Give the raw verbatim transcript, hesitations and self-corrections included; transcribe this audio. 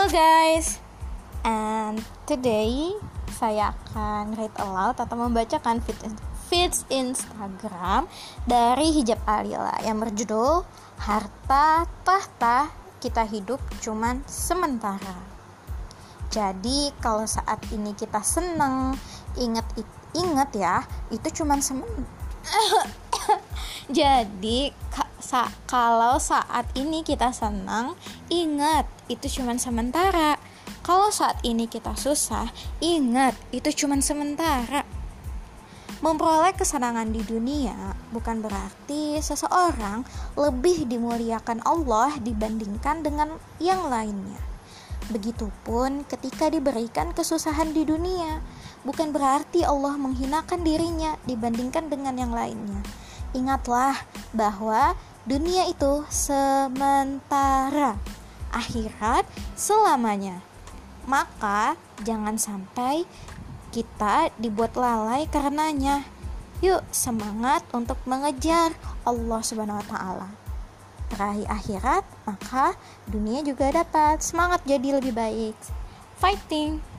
guys, and today saya akan read aloud atau membacakan feed, feeds Instagram dari Hijab Alila yang berjudul Harta Tahta Kita Hidup Cuman Sementara. Jadi kalau saat ini kita senang, ingat ingat ya, itu cuman sementara. Jadi sa- kalau saat ini kita senang, ingat itu cuman sementara. Kalau saat ini kita susah, ingat itu cuman sementara. Memperoleh kesenangan di dunia bukan berarti seseorang lebih dimuliakan Allah dibandingkan dengan yang lainnya. Begitupun ketika diberikan kesusahan di dunia, bukan berarti Allah menghinakan dirinya dibandingkan dengan yang lainnya. Ingatlah bahwa dunia itu sementara, akhirat selamanya. Maka jangan sampai kita dibuat lalai karenanya. Yuk semangat untuk mengejar Allah Subhanahu wa taala. Raih akhirat, maka dunia juga dapat. Semangat jadi lebih baik. Fighting.